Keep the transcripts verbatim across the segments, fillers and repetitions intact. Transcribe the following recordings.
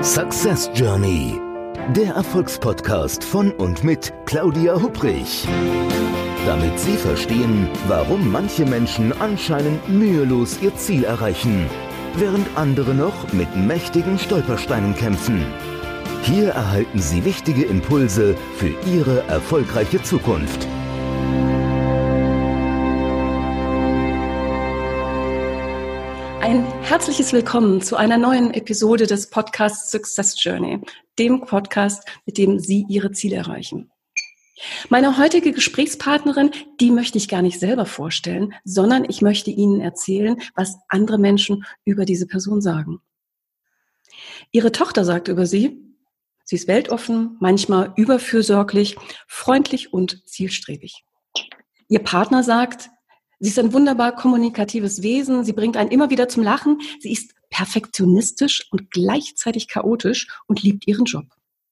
Success Journey, der Erfolgspodcast von und mit Claudia Hupprich. Damit Sie verstehen, warum manche Menschen anscheinend mühelos ihr Ziel erreichen, während andere noch mit mächtigen Stolpersteinen kämpfen. Hier erhalten Sie wichtige Impulse für Ihre erfolgreiche Zukunft. Ein herzliches Willkommen zu einer neuen Episode des Podcasts Success Journey, dem Podcast, mit dem Sie Ihre Ziele erreichen. Meine heutige Gesprächspartnerin, die möchte ich gar nicht selber vorstellen, sondern ich möchte Ihnen erzählen, was andere Menschen über diese Person sagen. Ihre Tochter sagt über sie, sie ist weltoffen, manchmal überfürsorglich, freundlich und zielstrebig. Ihr Partner sagt, sie ist ein wunderbar kommunikatives Wesen, sie bringt einen immer wieder zum Lachen, sie ist perfektionistisch und gleichzeitig chaotisch und liebt ihren Job.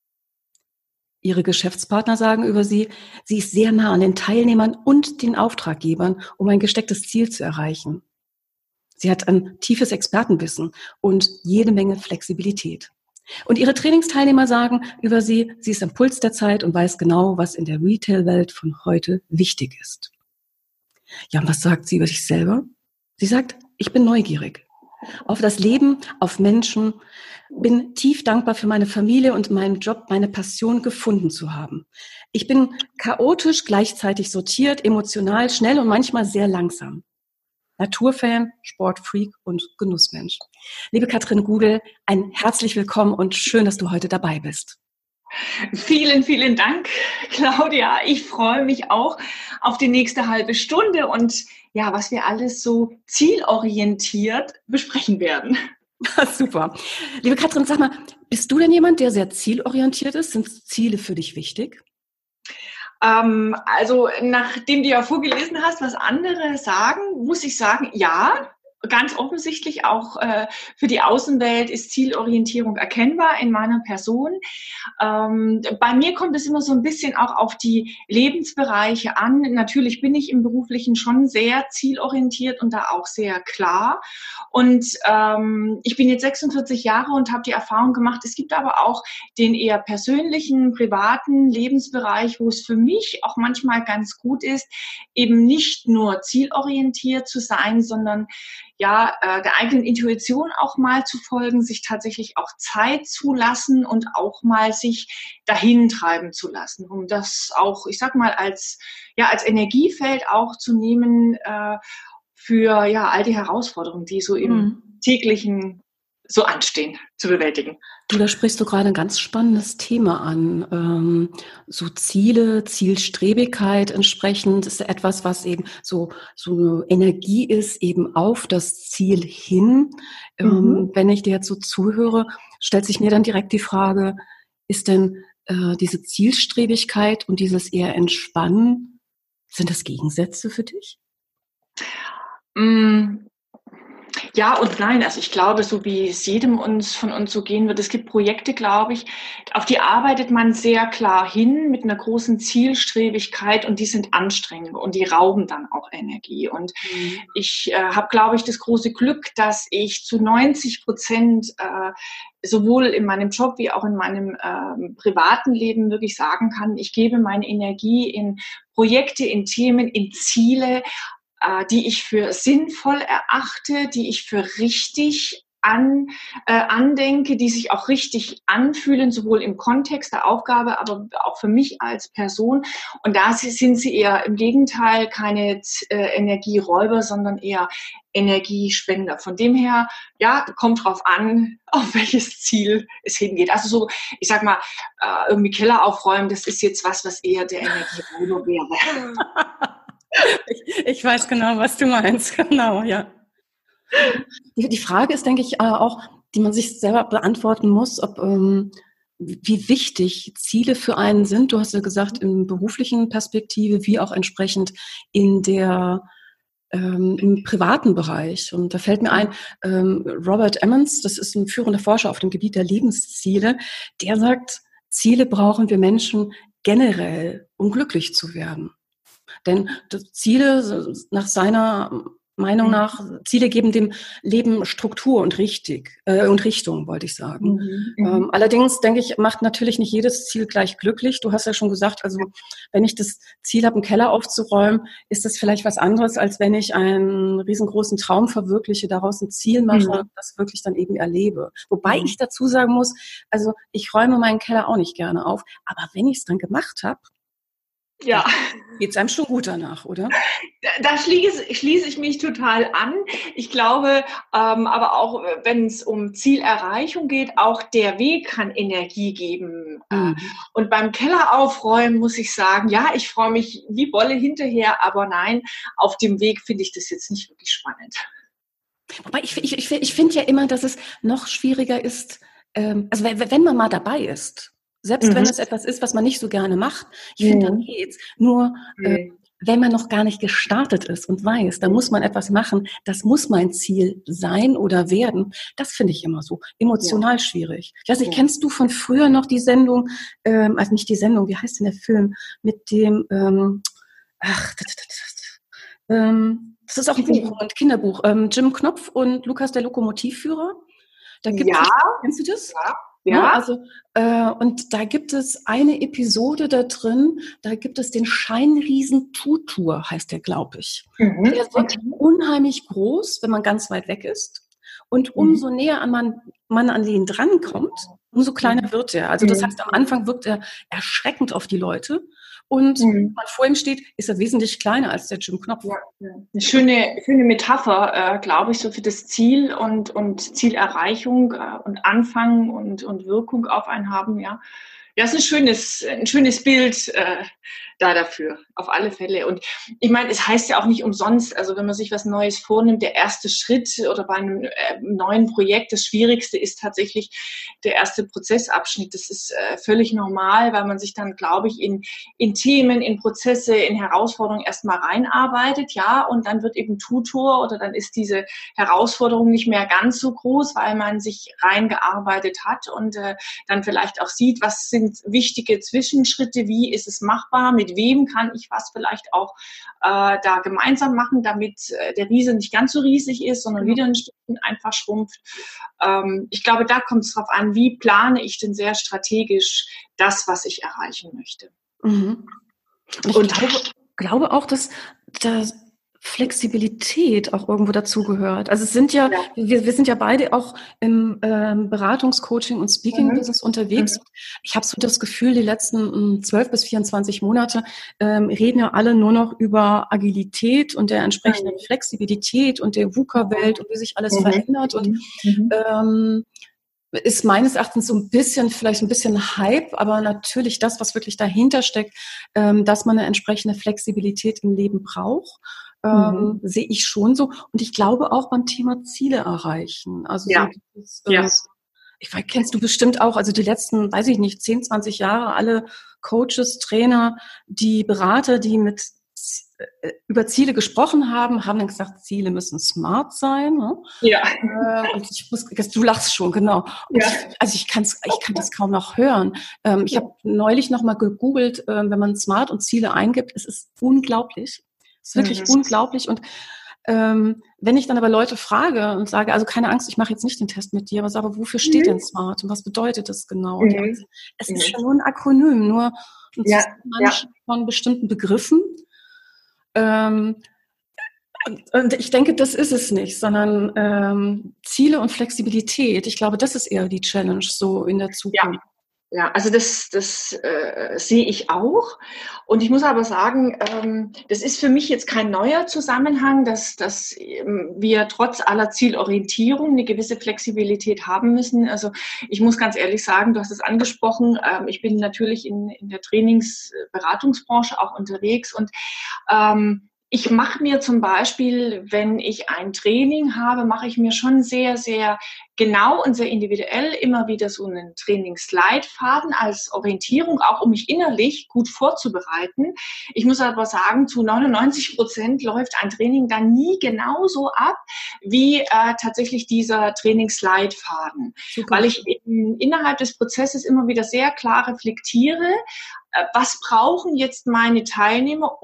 Ihre Geschäftspartner sagen über sie, sie ist sehr nah an den Teilnehmern und den Auftraggebern, um ein gestecktes Ziel zu erreichen. Sie hat ein tiefes Expertenwissen und jede Menge Flexibilität. Und ihre Trainingsteilnehmer sagen über sie, sie ist am Puls der Zeit und weiß genau, was in der Retail-Welt von heute wichtig ist. Ja, und was sagt sie über sich selber? Sie sagt, ich bin neugierig auf das Leben, auf Menschen, bin tief dankbar für meine Familie und meinen Job, meine Passion gefunden zu haben. Ich bin chaotisch, gleichzeitig sortiert, emotional, schnell und manchmal sehr langsam. Naturfan, Sportfreak und Genussmensch. Liebe Katrin Gudel, ein herzlich willkommen und schön, dass du heute dabei bist. Vielen, vielen Dank, Claudia. Ich freue mich auch auf die nächste halbe Stunde und ja, was wir alles so zielorientiert besprechen werden. Super. Liebe Katrin, sag mal, bist du denn jemand, der sehr zielorientiert ist? Sind Ziele für dich wichtig? Ähm, also, nachdem du ja vorgelesen hast, was andere sagen, muss ich sagen, ja. Ganz offensichtlich auch äh, für die Außenwelt ist Zielorientierung erkennbar in meiner Person. Ähm, bei mir kommt es immer so ein bisschen auch auf die Lebensbereiche an. Natürlich bin ich im Beruflichen schon sehr zielorientiert und da auch sehr klar. Und ähm, ich bin jetzt sechsundvierzig Jahre und habe die Erfahrung gemacht, es gibt aber auch den eher persönlichen, privaten Lebensbereich, wo es für mich auch manchmal ganz gut ist, eben nicht nur zielorientiert zu sein, sondern ja, äh, der eigenen Intuition auch mal zu folgen, sich tatsächlich auch Zeit zu lassen und auch mal sich dahin treiben zu lassen, um das auch, ich sag mal, als, ja, als Energiefeld auch zu nehmen äh, für ja, all die Herausforderungen, die so im mhm. täglichen so anstehen, zu bewältigen. Du, da sprichst du gerade ein ganz spannendes Thema an. Ähm, so Ziele, Zielstrebigkeit entsprechend ist etwas, was eben so, so eine Energie ist, eben auf das Ziel hin. Mhm. Ähm, wenn ich dir jetzt so zuhöre, stellt sich mir dann direkt die Frage, ist denn äh, diese Zielstrebigkeit und dieses eher Entspannen, sind das Gegensätze für dich? Mm. Ja und nein, also ich glaube, so wie es jedem uns von uns so gehen wird, es gibt Projekte, glaube ich, auf die arbeitet man sehr klar hin mit einer großen Zielstrebigkeit und die sind anstrengend und die rauben dann auch Energie. Und mhm. ich äh, habe, glaube ich, das große Glück, dass ich zu neunzig Prozent äh, sowohl in meinem Job wie auch in meinem äh, privaten Leben wirklich sagen kann, ich gebe meine Energie in Projekte, in Themen, in Ziele, die ich für sinnvoll erachte, die ich für richtig an, äh, andenke, die sich auch richtig anfühlen, sowohl im Kontext der Aufgabe, aber auch für mich als Person. Und da sind sie eher im Gegenteil keine äh, Energieräuber, sondern eher Energiespender. Von dem her, ja, kommt drauf an, auf welches Ziel es hingeht. Also so, ich sag mal, äh, irgendwie Keller aufräumen, das ist jetzt was, was eher der Energieräuber wäre. Ich, ich weiß genau, was du meinst. Genau, ja. Die, die Frage ist, denke ich, auch, die man sich selber beantworten muss, ob ähm, wie wichtig Ziele für einen sind. Du hast ja gesagt, in beruflichen Perspektive, wie auch entsprechend in der ähm, im privaten Bereich. Und da fällt mir ein, ähm, Robert Emmons, das ist ein führender Forscher auf dem Gebiet der Lebensziele, der sagt, Ziele brauchen wir Menschen generell, um glücklich zu werden. Denn Ziele nach seiner Meinung nach, Ziele geben dem Leben Struktur und richtig äh, und Richtung, wollte ich sagen. Mhm. Ähm, allerdings denke ich, macht natürlich nicht jedes Ziel gleich glücklich. Du hast ja schon gesagt, also wenn ich das Ziel habe, einen Keller aufzuräumen, ist das vielleicht was anderes, als wenn ich einen riesengroßen Traum verwirkliche, daraus ein Ziel mache Mhm. und das wirklich dann eben erlebe. Wobei ich dazu sagen muss, also ich räume meinen Keller auch nicht gerne auf, aber wenn ich es dann gemacht habe, Ja. geht es einem schon gut danach, oder? Da, da schließe, schließe ich mich total an. Ich glaube, ähm, aber auch wenn es um Zielerreichung geht, auch der Weg kann Energie geben. Mhm. Und beim Keller aufräumen muss ich sagen, ja, ich freue mich wie Bolle hinterher, aber nein, auf dem Weg finde ich das jetzt nicht wirklich spannend. Wobei ich, ich, ich, ich finde ja immer, dass es noch schwieriger ist, ähm, also wenn, wenn man mal dabei ist, selbst mhm. wenn es etwas ist, was man nicht so gerne macht, ich finde, dann geht's. Nur äh, wenn man noch gar nicht gestartet ist und weiß, da muss man etwas machen, das muss mein Ziel sein oder werden, das finde ich immer so emotional ja. schwierig. Ich weiß nicht, ja. kennst du von früher noch die Sendung, ähm, also nicht die Sendung, wie heißt denn der Film, mit dem, ähm, ach, das, das, das, ähm, das ist auch ein Buch, ein Kinderbuch, ähm, Jim Knopf und Lukas der Lokomotivführer. Da gibt ja. es, kennst du das? Ja. Ja, ja, also äh, und da gibt es eine Episode da drin, da gibt es den Scheinriesen Tutur, heißt der, glaube ich. Mhm. Der wird unheimlich groß, wenn man ganz weit weg ist. Und umso mhm. näher an man, man an den drankommt, umso kleiner mhm. wird er. Also das heißt, am Anfang wirkt er erschreckend auf die Leute. Und mhm. wenn man vor ihm steht, ist er wesentlich kleiner als der Jim Knopf. Ja, ja. Eine schöne, schöne Metapher, äh, glaube ich, so für das Ziel und, und Zielerreichung äh, und Anfang und, und Wirkung auf einen haben, ja. Ja, es ist ein schönes, ein schönes Bild äh, da dafür, auf alle Fälle. Und ich meine, es heißt ja auch nicht umsonst, also wenn man sich was Neues vornimmt, der erste Schritt oder bei einem äh, neuen Projekt, das Schwierigste ist tatsächlich der erste Prozessabschnitt. Das ist äh, völlig normal, weil man sich dann, glaube ich, in, in Themen, in Prozesse, in Herausforderungen erstmal reinarbeitet, ja, und dann wird eben Tutor oder dann ist diese Herausforderung nicht mehr ganz so groß, weil man sich reingearbeitet hat und äh, dann vielleicht auch sieht, was sind wichtige Zwischenschritte, wie ist es machbar, mit wem kann ich was vielleicht auch äh, da gemeinsam machen, damit äh, der Riese nicht ganz so riesig ist, sondern wieder ein Stückchen einfach schrumpft. Ähm, ich glaube, da kommt es darauf an, wie plane ich denn sehr strategisch das, was ich erreichen möchte. Mhm. Und ich Und glaube, glaube auch, dass das Flexibilität auch irgendwo dazugehört. Also es sind ja, ja. Wir, wir sind ja beide auch im ähm, Beratungscoaching und Speaking-Business mhm. unterwegs. Mhm. Ich habe so das Gefühl, die letzten zwölf bis vierundzwanzig Monate ähm, reden ja alle nur noch über Agilität und der entsprechenden mhm. Flexibilität und der VUCA-Welt und wie sich alles mhm. verändert. Und mhm. ähm, ist meines Erachtens so ein bisschen, vielleicht ein bisschen Hype, aber natürlich das, was wirklich dahinter steckt, ähm, dass man eine entsprechende Flexibilität im Leben braucht. Ähm, mhm. sehe ich schon so. Und ich glaube auch beim Thema Ziele erreichen. Also ja. so dieses, äh, ja. ich weiß, kennst du bestimmt auch, also die letzten, weiß ich nicht, zehn, zwanzig Jahre, alle Coaches, Trainer, die Berater, die mit äh, über Ziele gesprochen haben, haben dann gesagt, Ziele müssen smart sein. Ne? Ja. Äh, und ich muss, du lachst schon, genau. Und ja. ich, also ich kann's, ich kann das kaum noch hören. Ähm, ich habe neulich noch mal gegoogelt, äh, wenn man smart und Ziele eingibt, es ist unglaublich. Es ist wirklich mhm. unglaublich. Und ähm, wenn ich dann aber Leute frage und sage, also keine Angst, ich mache jetzt nicht den Test mit dir, aber sage, wofür steht mhm. denn SMART und was bedeutet das genau? Mhm. Und es mhm. ist ja nur ein Akronym, nur ein ja. Zusammenhang ja. von bestimmten Begriffen. Ähm, und, und ich denke, das ist es nicht, sondern ähm, Ziele und Flexibilität. Ich glaube, das ist eher die Challenge so in der Zukunft. Ja. Ja, also das, das äh, sehe ich auch. Und ich muss aber sagen, ähm, das ist für mich jetzt kein neuer Zusammenhang, dass, dass ähm, wir trotz aller Zielorientierung eine gewisse Flexibilität haben müssen. Also ich muss ganz ehrlich sagen, du hast es angesprochen, ähm, ich bin natürlich in, in der Trainingsberatungsbranche auch unterwegs und ähm, ich mache mir zum Beispiel, wenn ich ein Training habe, mache ich mir schon sehr, sehr genau und sehr individuell immer wieder so einen Trainingsleitfaden als Orientierung, auch um mich innerlich gut vorzubereiten. Ich muss aber sagen, zu neunundneunzig Prozent läuft ein Training dann nie genauso ab wie äh, tatsächlich dieser Trainingsleitfaden, Super. Weil ich eben innerhalb des Prozesses immer wieder sehr klar reflektiere, äh, was brauchen jetzt meine Teilnehmer, um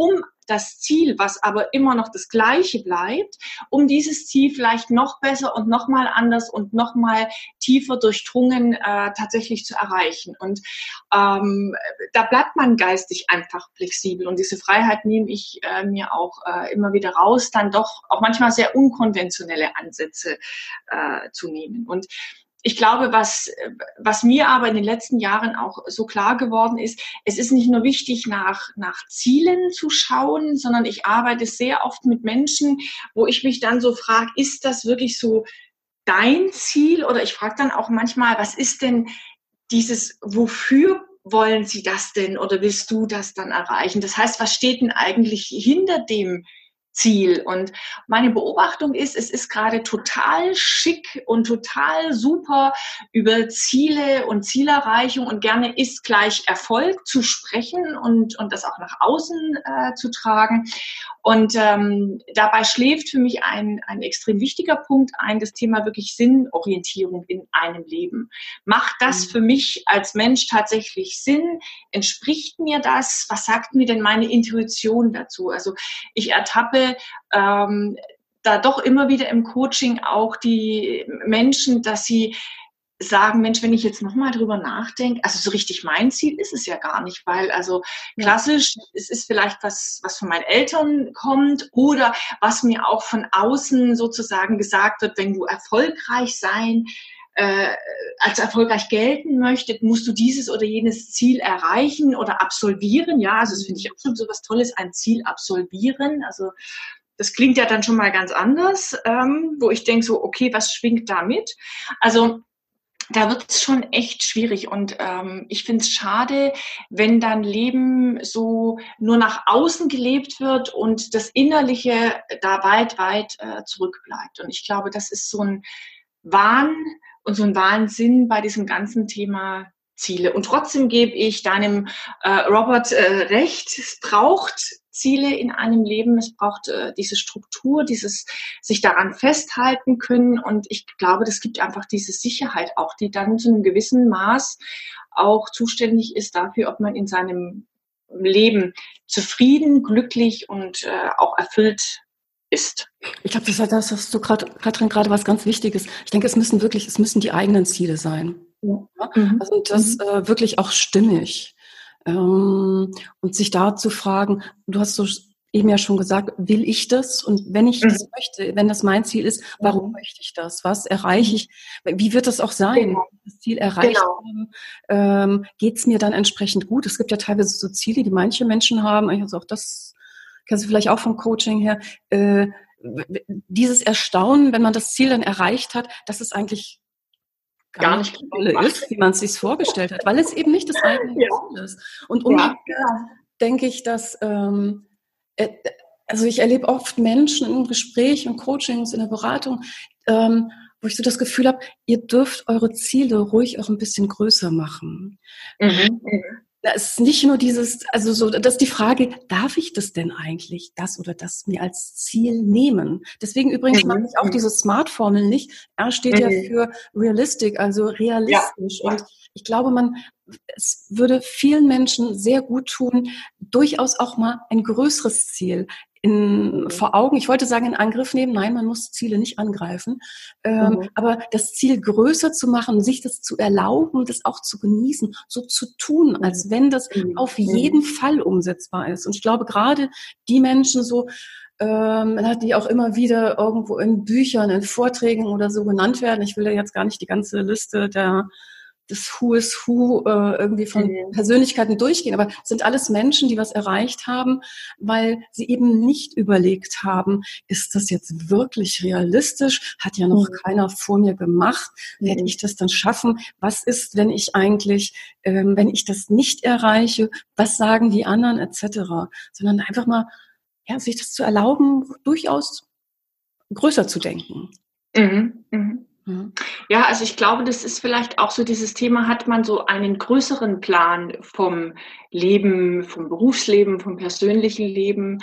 das Ziel, was aber immer noch das Gleiche bleibt, um dieses Ziel vielleicht noch besser und noch mal anders und noch mal tiefer durchdrungen äh, tatsächlich zu erreichen. Und ähm, da bleibt man geistig einfach flexibel. Und diese Freiheit nehme ich äh, mir auch äh, immer wieder raus, dann doch auch manchmal sehr unkonventionelle Ansätze äh, zu nehmen. Und ich glaube, was, was mir aber in den letzten Jahren auch so klar geworden ist, es ist nicht nur wichtig, nach, nach Zielen zu schauen, sondern ich arbeite sehr oft mit Menschen, wo ich mich dann so frage, ist das wirklich so dein Ziel? Oder ich frage dann auch manchmal, was ist denn dieses, wofür wollen Sie das denn oder willst du das dann erreichen? Das heißt, was steht denn eigentlich hinter dem Ziel? Und meine Beobachtung ist, es ist gerade total schick und total super, über Ziele und Zielerreichung und gerne ist gleich Erfolg zu sprechen und, und das auch nach außen äh, zu tragen. Und ähm, dabei schläft für mich ein, ein extrem wichtiger Punkt ein, das Thema wirklich Sinnorientierung in einem Leben. Macht das für mich als Mensch tatsächlich Sinn? Entspricht mir das? Was sagt mir denn meine Intuition dazu? Also ich ertappe ähm, da doch immer wieder im Coaching auch die Menschen, dass sie sagen, Mensch, wenn ich jetzt nochmal drüber nachdenke, also so richtig mein Ziel ist es ja gar nicht, weil also klassisch, ja. Es ist vielleicht was, was von meinen Eltern kommt oder was mir auch von außen sozusagen gesagt wird, wenn du erfolgreich sein, äh, als erfolgreich gelten möchtest, musst du dieses oder jenes Ziel erreichen oder absolvieren, ja, also das finde ich auch schon so was Tolles, ein Ziel absolvieren, also das klingt ja dann schon mal ganz anders, ähm, wo ich denke so, okay, was schwingt da mit? Also da wird es schon echt schwierig und ähm, ich finde es schade, wenn dann Leben so nur nach außen gelebt wird und das Innerliche da weit, weit äh, zurückbleibt. Und ich glaube, das ist so ein Wahn und so ein Wahnsinn bei diesem ganzen Thema Ziele. Und trotzdem gebe ich deinem äh, Robert äh, recht, es braucht Ziele in einem Leben, es braucht äh, diese Struktur, dieses sich daran festhalten können und ich glaube, das gibt einfach diese Sicherheit auch, die dann zu einem gewissen Maß auch zuständig ist dafür, ob man in seinem Leben zufrieden, glücklich und äh, auch erfüllt ist. Ich glaube, das, das hast du gerade, Katrin, gerade was ganz Wichtiges. Ich denke, es müssen wirklich, es müssen die eigenen Ziele sein. Ja? Mhm. Also das mhm. äh, wirklich auch stimmig. Ähm, und sich da zu fragen, du hast so eben ja schon gesagt, will ich das? Und wenn ich mhm. das möchte, wenn das mein Ziel ist, warum mhm. möchte ich das? Was erreiche ich? Wie wird das auch sein? Genau. Wenn ich das Ziel erreicht genau. habe, ähm, geht es mir dann entsprechend gut? Es gibt ja teilweise so Ziele, die manche Menschen haben. Also auch das kennst du vielleicht auch vom Coaching her. Äh, dieses Erstaunen, wenn man das Ziel dann erreicht hat, dass es eigentlich gar, gar nicht toll ist, wie man es sich vorgestellt hat, weil es eben nicht das eigene ja. Ziel ist. Und umgekehrt ja. denke ich, dass, ähm, äh, also ich erlebe oft Menschen im Gespräch und Coachings, in der Beratung, ähm, wo ich so das Gefühl habe, ihr dürft eure Ziele ruhig auch ein bisschen größer machen. Mhm. Da ist nicht nur dieses, also so, das ist die Frage, darf ich das denn eigentlich, das oder das mir als Ziel nehmen? Deswegen übrigens mhm. mag ich auch diese Smart-Formel nicht. R steht mhm. ja für realistic, also realistisch. Ja. Und ich glaube, man, es würde vielen Menschen sehr gut tun, durchaus auch mal ein größeres Ziel in, vor Augen, ich wollte sagen, in Angriff nehmen. Nein, man muss Ziele nicht angreifen. Ähm, mhm. Aber das Ziel größer zu machen, sich das zu erlauben, das auch zu genießen, so zu tun, als wenn das mhm. auf jeden Fall umsetzbar ist. Und ich glaube, gerade die Menschen so, ähm, die auch immer wieder irgendwo in Büchern, in Vorträgen oder so genannt werden. Ich will ja jetzt gar nicht die ganze Liste der das Who is Who äh, irgendwie von mhm. Persönlichkeiten durchgehen, aber es sind alles Menschen, die was erreicht haben, weil sie eben nicht überlegt haben, ist das jetzt wirklich realistisch? Hat ja noch mhm. keiner vor mir gemacht. Mhm. Werde ich das dann schaffen? Was ist, wenn ich eigentlich, ähm, wenn ich das nicht erreiche? Was sagen die anderen et cetera? Sondern einfach mal, ja, sich das zu erlauben, durchaus größer zu denken. Mhm. Mhm. Ja, also ich glaube, das ist vielleicht auch so dieses Thema, hat man so einen größeren Plan vom Leben, vom Berufsleben, vom persönlichen Leben.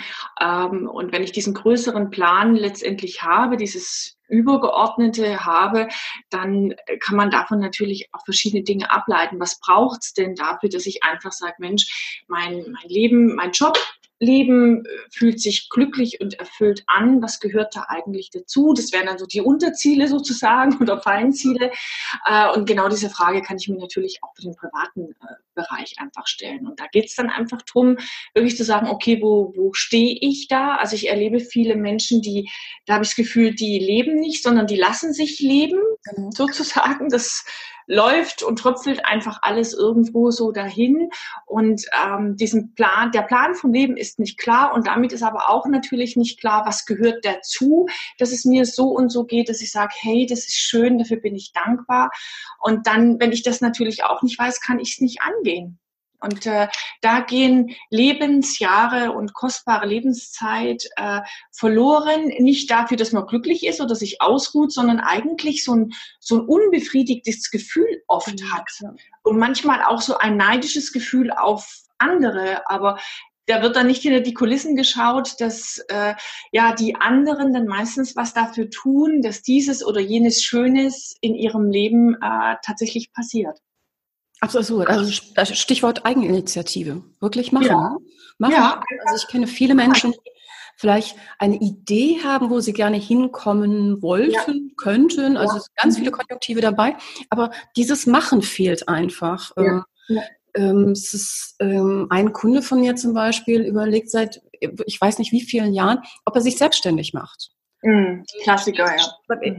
Und wenn ich diesen größeren Plan letztendlich habe, dieses Übergeordnete habe, dann kann man davon natürlich auch verschiedene Dinge ableiten. Was braucht es denn dafür, dass ich einfach sage, Mensch, mein, mein Leben, mein Job, Leben fühlt sich glücklich und erfüllt an. Was gehört da eigentlich dazu? Das wären dann so die Unterziele sozusagen oder Feinziele. Und genau diese Frage kann ich mir natürlich auch für den privaten Bereich einfach stellen. Und da geht es dann einfach darum, wirklich zu sagen, okay, wo, wo stehe ich da? Also ich erlebe viele Menschen, die, da habe ich das Gefühl, die leben nicht, sondern die lassen sich leben, genau. sozusagen. Das läuft und tröpfelt einfach alles irgendwo so dahin. Und ähm, diesen Plan, der Plan vom Leben ist nicht klar und damit ist aber auch natürlich nicht klar, was gehört dazu, dass es mir so und so geht, dass ich sage, hey, das ist schön, dafür bin ich dankbar. Und dann, wenn ich das natürlich auch nicht weiß, kann ich es nicht angehen. Und äh, da gehen Lebensjahre und kostbare Lebenszeit äh, verloren, nicht dafür, dass man glücklich ist oder sich ausruht, sondern eigentlich so ein, so ein unbefriedigtes Gefühl oft mhm. hat. Und manchmal auch so ein neidisches Gefühl auf andere, aber da wird dann nicht hinter die Kulissen geschaut, dass äh, ja die anderen dann meistens was dafür tun, dass dieses oder jenes Schönes in ihrem Leben äh, tatsächlich passiert. Absolut. Also Stichwort Eigeninitiative. Wirklich machen. Ja. machen. Ja. Also ich kenne viele Menschen, die vielleicht eine Idee haben, wo sie gerne hinkommen wollten, ja. könnten. Also ja. es sind ganz viele Konjunktive dabei. Aber dieses Machen fehlt einfach. Ja. Ja. Ähm, es ist ähm, ein Kunde von mir zum Beispiel überlegt seit, ich weiß nicht wie vielen Jahren, ob er sich selbstständig macht. Mm, Klassiker, ja.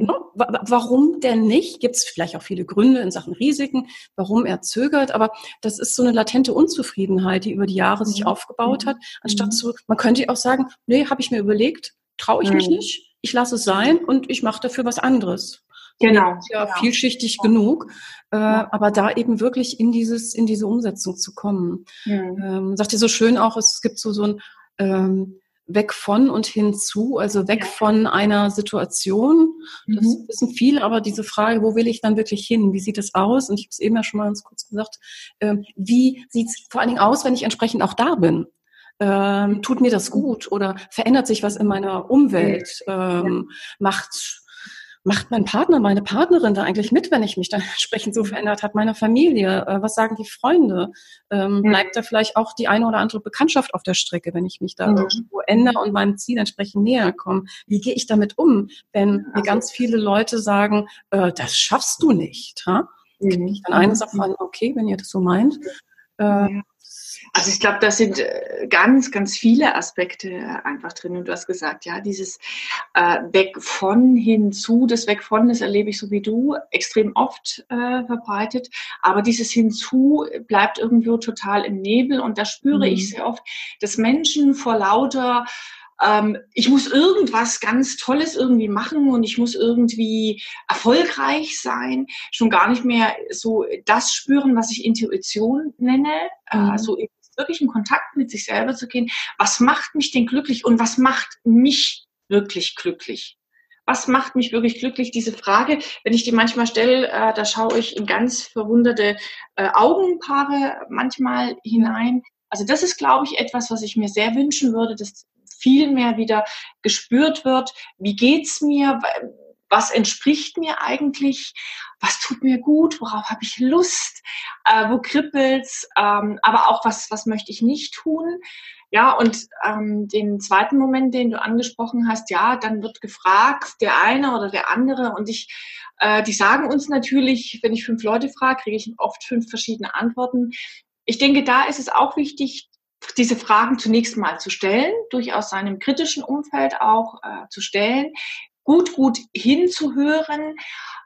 Warum denn nicht? Gibt es vielleicht auch viele Gründe in Sachen Risiken, warum er zögert, aber das ist so eine latente Unzufriedenheit, die über die Jahre sich mhm. aufgebaut hat, anstatt zu, man könnte auch sagen, nee, habe ich mir überlegt, traue ich mhm. mich nicht, ich lasse es sein und ich mache dafür was anderes. Genau. Das ist ja genau. vielschichtig ja. genug, äh, ja. aber da eben wirklich in dieses, in diese Umsetzung zu kommen. Mhm. Ähm, sagt ihr so schön auch, es gibt so, so ein, ähm, weg von und hinzu, also weg ja. von einer Situation. Das mhm. wissen viele, aber diese Frage, wo will ich dann wirklich hin? Wie sieht es aus? Und ich habe es eben ja schon mal ganz kurz gesagt, ähm, wie sieht es vor allen Dingen aus, wenn ich entsprechend auch da bin? Ähm, tut mir das gut oder verändert sich was in meiner Umwelt? Ähm, ja. Macht Macht mein Partner, meine Partnerin da eigentlich mit, wenn ich mich dann entsprechend so verändert habe? Meine Familie, äh, was sagen die Freunde? Ähm, mhm. Bleibt da vielleicht auch die eine oder andere Bekanntschaft auf der Strecke, wenn ich mich da mhm. irgendwo ändere und meinem Ziel entsprechend näher komme? Wie gehe ich damit um, wenn mir ganz viele Leute sagen, äh, das schaffst du nicht? Ha? Mhm. Ich dann eines davon, okay, wenn ihr das so meint. Äh, Also ich glaube, da sind ganz, ganz viele Aspekte einfach drin. Und du hast gesagt, ja, dieses äh, Weg von hinzu, das Weg von, das erlebe ich so wie du, extrem oft äh, verbreitet. Aber dieses Hinzu bleibt irgendwo total im Nebel. Und da spüre mhm. ich sehr oft, dass Menschen vor lauter Ähm, ich muss irgendwas ganz Tolles irgendwie machen und ich muss irgendwie erfolgreich sein, schon gar nicht mehr so das spüren, was ich Intuition nenne, mhm. äh, so wirklich in Kontakt mit sich selber zu gehen. Was macht mich denn glücklich und was macht mich wirklich glücklich? Was macht mich wirklich glücklich? Diese Frage, wenn ich die manchmal stelle, äh, da schaue ich in ganz verwunderte äh, Augenpaare manchmal hinein. Also das ist, glaube ich, etwas, was ich mir sehr wünschen würde, dass viel mehr wieder gespürt wird. Wie geht's mir? Was entspricht mir eigentlich? Was tut mir gut? Worauf habe ich Lust? Äh, wo kribbelt's? Ähm, aber auch, was, was möchte ich nicht tun? Ja, und ähm, den zweiten Moment, den du angesprochen hast, ja, dann wird gefragt, der eine oder der andere. Und ich, äh, die sagen uns natürlich, wenn ich fünf Leute frage, kriege ich oft fünf verschiedene Antworten. Ich denke, da ist es auch wichtig, diese Fragen zunächst mal zu stellen, durchaus seinem kritischen Umfeld auch äh, zu stellen, gut, gut hinzuhören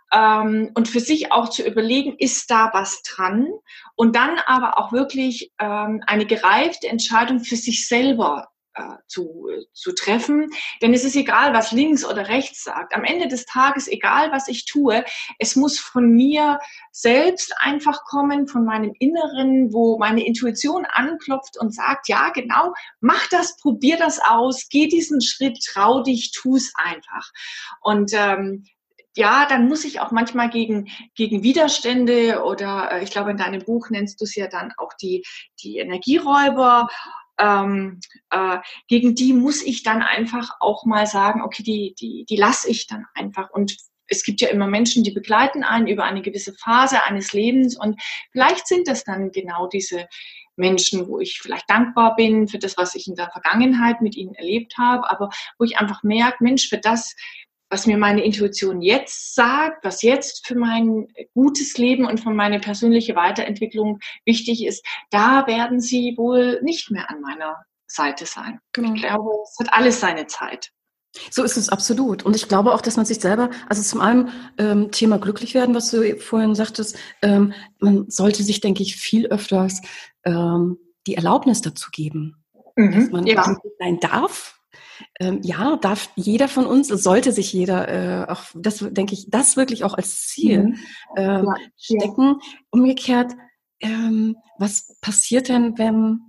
ähm, und für sich auch zu überlegen, ist da was dran? Und dann aber auch wirklich ähm, eine gereifte Entscheidung für sich selber äh, zu, äh, zu treffen. Denn es ist egal, was links oder rechts sagt. Am Ende des Tages, egal was ich tue, es muss von mir selbst einfach kommen, von meinem Inneren, wo meine Intuition anklopft und sagt, ja genau, mach das, probier das aus, geh diesen Schritt, trau dich, tu's einfach. Und ähm, ja, dann muss ich auch manchmal gegen, gegen Widerstände oder äh, ich glaube, in deinem Buch nennst du es ja dann auch die, die Energieräuber, ähm, äh, gegen die muss ich dann einfach auch mal sagen, okay, die, die, die lasse ich dann einfach. Und es gibt ja immer Menschen, die begleiten einen über eine gewisse Phase eines Lebens und vielleicht sind das dann genau diese Menschen, wo ich vielleicht dankbar bin für das, was ich in der Vergangenheit mit ihnen erlebt habe, aber wo ich einfach merke, Mensch, für das, was mir meine Intuition jetzt sagt, was jetzt für mein gutes Leben und für meine persönliche Weiterentwicklung wichtig ist, da werden sie wohl nicht mehr an meiner Seite sein. Genau. Ich glaube, es hat alles seine Zeit. So ist es absolut. Und ich glaube auch, dass man sich selber, also zum einen ähm, Thema glücklich werden, was du vorhin sagtest, ähm, man sollte sich, denke ich, viel öfters ähm, die Erlaubnis dazu geben, mhm, dass man ja. sein darf. Ähm, ja, darf jeder von uns, sollte sich jeder, äh, auch das denke ich, das wirklich auch als Ziel mhm. ähm, ja. stecken. Umgekehrt, ähm, was passiert denn, wenn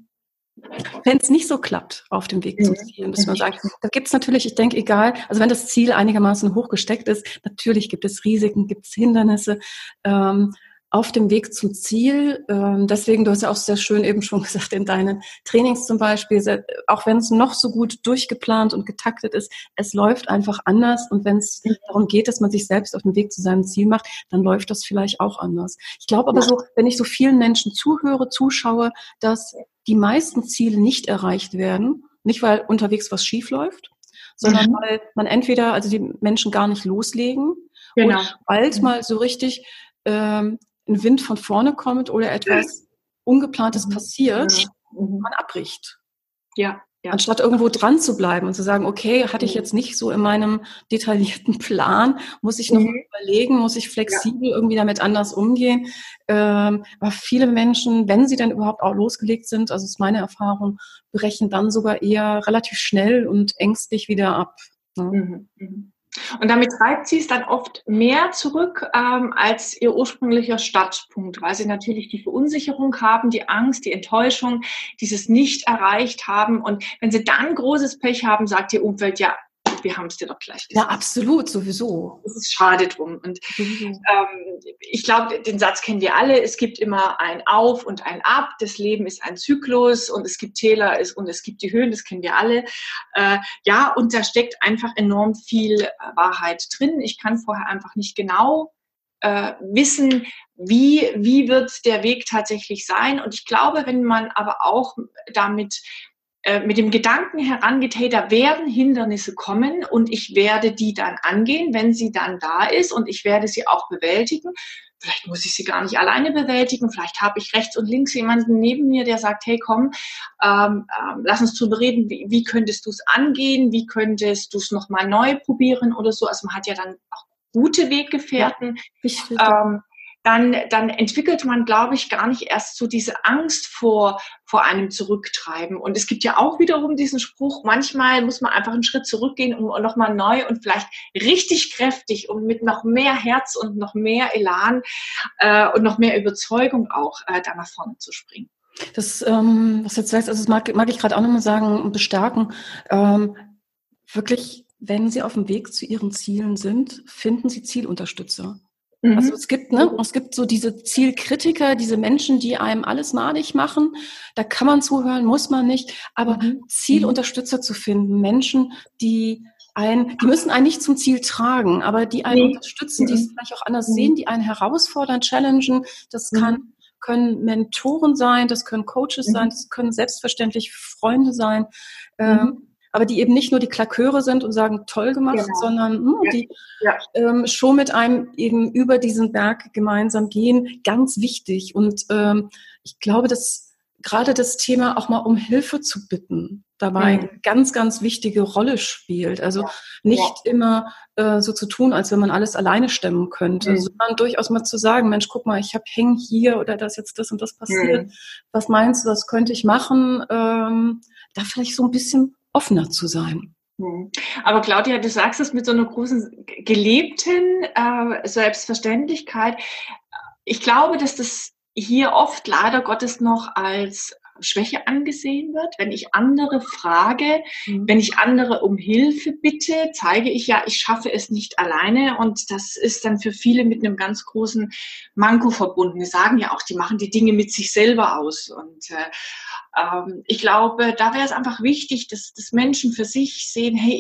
wenn es nicht so klappt auf dem Weg zum Ziel, muss man sagen. Da gibt es natürlich, ich denke, egal, also wenn das Ziel einigermaßen hoch gesteckt ist, natürlich gibt es Risiken, gibt es Hindernisse ähm, auf dem Weg zum Ziel. Ähm, deswegen, du hast ja auch sehr schön eben schon gesagt, in deinen Trainings zum Beispiel, sehr, auch wenn es noch so gut durchgeplant und getaktet ist, es läuft einfach anders. Und wenn es darum geht, dass man sich selbst auf dem Weg zu seinem Ziel macht, dann läuft das vielleicht auch anders. Ich glaube aber so, wenn ich so vielen Menschen zuhöre, zuschaue, dass die meisten Ziele nicht erreicht werden, nicht weil unterwegs was schief läuft, sondern mhm. weil man entweder, also die Menschen gar nicht loslegen, genau. oder bald mhm. mal so richtig ähm, ein Wind von vorne kommt oder etwas Ungeplantes mhm. passiert, mhm. man abbricht. Ja. Ja. Anstatt irgendwo dran zu bleiben und zu sagen, okay, hatte ich jetzt nicht so in meinem detaillierten Plan, muss ich noch mhm. überlegen, muss ich flexibel ja. irgendwie damit anders umgehen. Ähm, aber viele Menschen, wenn sie dann überhaupt auch losgelegt sind, also ist meine Erfahrung, brechen dann sogar eher relativ schnell und ängstlich wieder ab. Ne? Mhm. Mhm. Und damit treibt sie es dann oft mehr zurück ähm, als ihr ursprünglicher Startpunkt, weil sie natürlich die Verunsicherung haben, die Angst, die Enttäuschung, dieses Nicht erreicht haben. Und wenn sie dann großes Pech haben, sagt ihr Umfeld, ja, wir haben es dir doch gleich gesagt. Ja, absolut, sowieso. Das ist schade drum. Und mhm. ähm, ich glaube, den Satz kennen wir alle. Es gibt immer ein Auf und ein Ab. Das Leben ist ein Zyklus und es gibt Täler und es gibt die Höhen. Das kennen wir alle. Äh, ja, und da steckt einfach enorm viel Wahrheit drin. Ich kann vorher einfach nicht genau äh, wissen, wie, wie wird der Weg tatsächlich sein. Und ich glaube, wenn man aber auch damit mit dem Gedanken herangeht, hey, da werden Hindernisse kommen und ich werde die dann angehen, wenn sie dann da ist und ich werde sie auch bewältigen. Vielleicht muss ich sie gar nicht alleine bewältigen, vielleicht habe ich rechts und links jemanden neben mir, der sagt, hey, komm, ähm, ähm, lass uns drüber reden, wie, wie könntest du es angehen, wie könntest du es nochmal neu probieren oder so. Also man hat ja dann auch gute Weggefährten. Ja, ähm, Dann, dann entwickelt man, glaube ich, gar nicht erst so diese Angst vor, vor einem Zurücktreiben. Und es gibt ja auch wiederum diesen Spruch, manchmal muss man einfach einen Schritt zurückgehen, um nochmal neu und vielleicht richtig kräftig und mit noch mehr Herz und noch mehr Elan äh, und noch mehr Überzeugung auch äh, da nach vorne zu springen. Das, ähm, was jetzt sagst, also das mag, mag ich gerade auch nochmal sagen und bestärken, ähm, wirklich, wenn Sie auf dem Weg zu Ihren Zielen sind, finden Sie Zielunterstützer. Also es gibt, ne, es gibt so diese Zielkritiker, diese Menschen, die einem alles madig machen. Da kann man zuhören, muss man nicht. Aber mhm. Zielunterstützer zu finden, Menschen, die einen, die müssen einen nicht zum Ziel tragen, aber die einen nee. unterstützen, die es vielleicht auch anders mhm. sehen, die einen herausfordern, challengen. Das kann, mhm. können Mentoren sein, das können Coaches mhm. sein, das können selbstverständlich Freunde sein. Mhm. Ähm, aber die eben nicht nur die Klaköre sind und sagen, toll gemacht, genau. sondern mh, die ja. ähm, schon mit einem eben über diesen Berg gemeinsam gehen, ganz wichtig. Und ähm, ich glaube, dass gerade das Thema auch mal um Hilfe zu bitten dabei mhm. eine ganz, ganz wichtige Rolle spielt. Also ja. nicht ja. immer äh, so zu tun, als wenn man alles alleine stemmen könnte, mhm. sondern durchaus mal zu sagen, Mensch, guck mal, ich habe häng hier oder da ist jetzt das und das passiert. Mhm. Was meinst du, was könnte ich machen? Ähm, da vielleicht so ein bisschen offener zu sein. Aber Claudia, du sagst es mit so einer großen gelebten äh, Selbstverständlichkeit. Ich glaube, dass das hier oft leider Gottes noch als Schwäche angesehen wird. Wenn ich andere frage, mhm. wenn ich andere um Hilfe bitte, zeige ich ja, ich schaffe es nicht alleine und das ist dann für viele mit einem ganz großen Manko verbunden. Die sagen ja auch, die machen die Dinge mit sich selber aus und äh, ähm, ich glaube, da wäre es einfach wichtig, dass, dass Menschen für sich sehen, hey, ich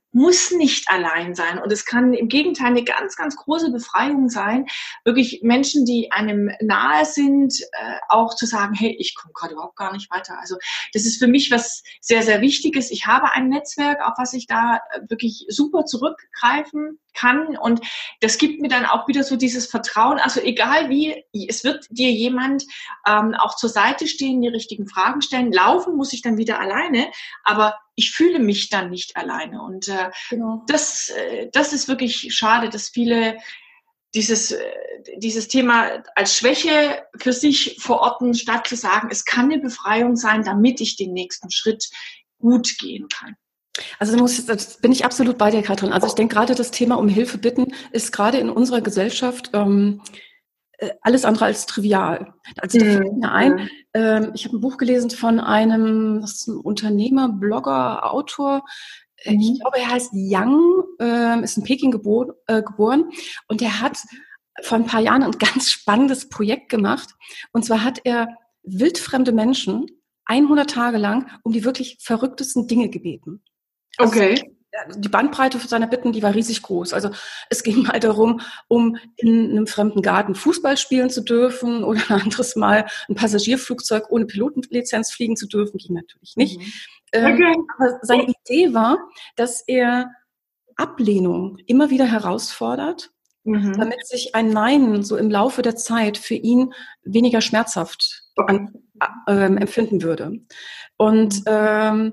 muss nicht allein sein. Und es kann im Gegenteil eine ganz, ganz große Befreiung sein, wirklich Menschen, die einem nahe sind, äh, auch zu sagen, hey, ich komme gerade überhaupt gar nicht weiter. Also das ist für mich was sehr, sehr Wichtiges. Ich habe ein Netzwerk, auf was ich da wirklich super zurückgreifen kann. Und das gibt mir dann auch wieder so dieses Vertrauen. Also egal wie, es wird dir jemand ähm, auch zur Seite stehen, die richtigen Fragen stellen. Laufen muss ich dann wieder alleine, aber ich fühle mich dann nicht alleine. Und äh, genau. das, äh, das ist wirklich schade, dass viele dieses, äh, dieses Thema als Schwäche für sich verorten, statt zu sagen, es kann eine Befreiung sein, damit ich den nächsten Schritt gut gehen kann. Also muss, das bin ich absolut bei dir, Katrin. Also ich denke, gerade das Thema um Hilfe bitten ist gerade in unserer Gesellschaft ähm, alles andere als trivial. Also da fällt mir ein, ähm, ich habe ein Buch gelesen von einem, das ist ein Unternehmer, Blogger, Autor. Mhm. Ich glaube, er heißt Yang, äh, ist in Peking gebor- äh, geboren und der hat vor ein paar Jahren ein ganz spannendes Projekt gemacht. Und zwar hat er wildfremde Menschen hundert Tage lang um die wirklich verrücktesten Dinge gebeten. Also okay. Die Bandbreite für seine Bitten, die war riesig groß. Also es ging mal darum, um in einem fremden Garten Fußball spielen zu dürfen oder ein anderes Mal ein Passagierflugzeug ohne Pilotenlizenz fliegen zu dürfen, ging natürlich nicht. Mhm. Okay. Ähm, aber seine Idee war, dass er Ablehnung immer wieder herausfordert, mhm. damit sich ein Nein so im Laufe der Zeit für ihn weniger schmerzhaft an, äh, empfinden würde. Und ähm,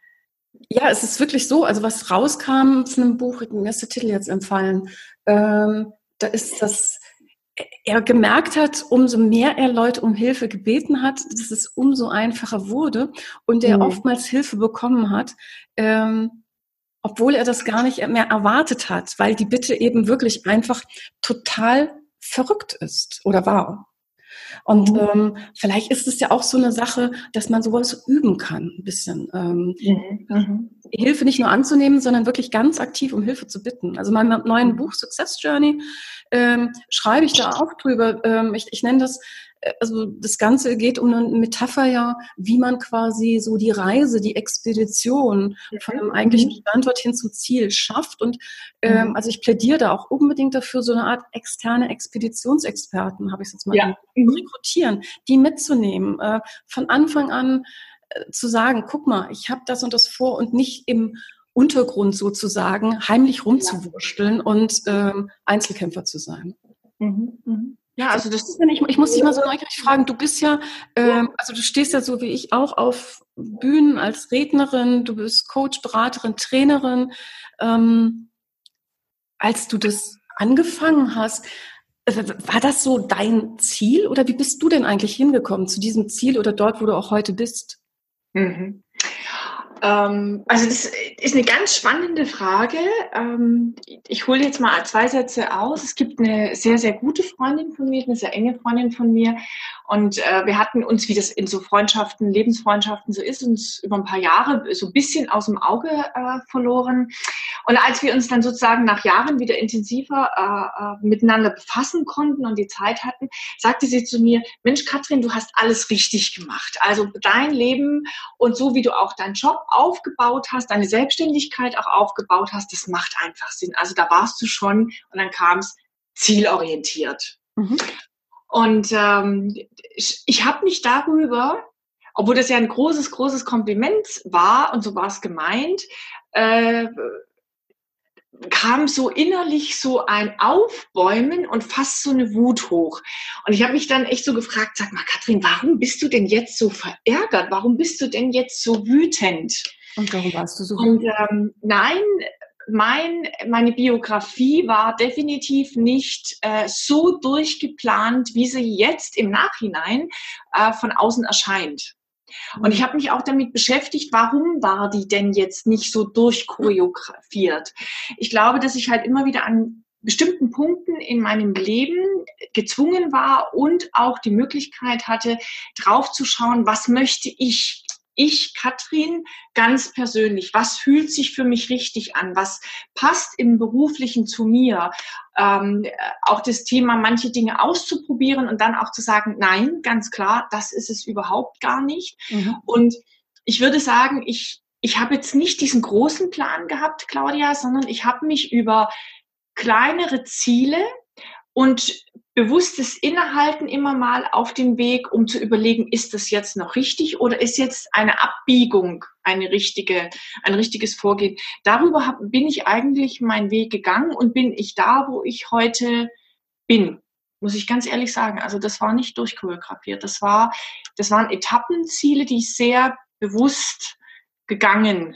ja, es ist wirklich so, also was rauskam zu einem Buch, mir ist der Titel jetzt entfallen, ähm, da ist das, er gemerkt hat, umso mehr er Leute um Hilfe gebeten hat, dass es umso einfacher wurde und er mhm. oftmals Hilfe bekommen hat, ähm, obwohl er das gar nicht mehr erwartet hat, weil die Bitte eben wirklich einfach total verrückt ist oder war. Und mhm. ähm, vielleicht ist es ja auch so eine Sache, dass man sowas üben kann, ein bisschen. Ähm, mhm. Hilfe nicht nur anzunehmen, sondern wirklich ganz aktiv um Hilfe zu bitten. Also in meinem neuen Buch Success Journey ähm, schreibe ich da auch drüber. Ähm, ich, ich nenne das, also das Ganze geht um eine Metapher ja, wie man quasi so die Reise, die Expedition von einem eigentlichen Standort hin zum Ziel schafft. Und ähm, also ich plädiere da auch unbedingt dafür, so eine Art externe Expeditionsexperten, habe ich es jetzt mal ja. genannt, rekrutieren, die mitzunehmen, äh, von Anfang an äh, zu sagen, guck mal, ich habe das und das vor und nicht im Untergrund sozusagen heimlich rumzuwurschteln und ähm, Einzelkämpfer zu sein. Mhm. Mhm. Ja, also das. Ich, ich muss dich mal so neugierig fragen, du bist ja, ähm, also du stehst ja so wie ich auch auf Bühnen als Rednerin, du bist Coach, Beraterin, Trainerin. Ähm, als du das angefangen hast, war das so dein Ziel oder wie bist du denn eigentlich hingekommen zu diesem Ziel oder dort, wo du auch heute bist? Mhm. Ähm, also das ist eine ganz spannende Frage. Ähm, ich hole jetzt mal zwei Sätze aus. Es gibt eine sehr, sehr gute Freundin von mir, eine sehr enge Freundin von mir. Und äh, wir hatten uns, wie das in so Freundschaften, Lebensfreundschaften so ist, uns über ein paar Jahre so ein bisschen aus dem Auge äh, verloren. Und als wir uns dann sozusagen nach Jahren wieder intensiver äh, äh, miteinander befassen konnten und die Zeit hatten, sagte sie zu mir, Mensch, Katrin, du hast alles richtig gemacht. Also dein Leben und so wie du auch deinen Job aufgebaut hast, deine Selbstständigkeit auch aufgebaut hast, das macht einfach Sinn. Also da warst du schon und dann kam es zielorientiert. Mhm. Und ähm, ich, ich habe mich darüber, obwohl das ja ein großes, großes Kompliment war und so war es gemeint, äh, kam so innerlich so ein Aufbäumen und fast so eine Wut hoch. Und ich habe mich dann echt so gefragt, sag mal, Katrin, warum bist du denn jetzt so verärgert? Warum bist du denn jetzt so wütend? Und warum warst du so wütend? Und ähm, nein, mein, meine Biografie war definitiv nicht äh, so durchgeplant, wie sie jetzt im Nachhinein äh, von außen erscheint. Und ich habe mich auch damit beschäftigt, warum war die denn jetzt nicht so durchchoreografiert? Ich glaube, dass ich halt immer wieder an bestimmten Punkten in meinem Leben gezwungen war und auch die Möglichkeit hatte, drauf zu schauen, was möchte ich? Ich, Katrin, ganz persönlich, was fühlt sich für mich richtig an? Was passt im Beruflichen zu mir? Ähm, auch das Thema, manche Dinge auszuprobieren und dann auch zu sagen, nein, ganz klar, das ist es überhaupt gar nicht. Mhm. Und ich würde sagen, ich, ich ich habe jetzt nicht diesen großen Plan gehabt, Claudia, sondern ich habe mich über kleinere Ziele und bewusstes Innehalten immer mal auf den Weg, um zu überlegen, ist das jetzt noch richtig oder ist jetzt eine Abbiegung eine richtige, ein richtiges Vorgehen. Darüber hab, bin ich eigentlich meinen Weg gegangen und bin ich da, wo ich heute bin, muss ich ganz ehrlich sagen. Also das war nicht durchchoreografiert. Das war, das waren Etappenziele, die ich sehr bewusst gegangen,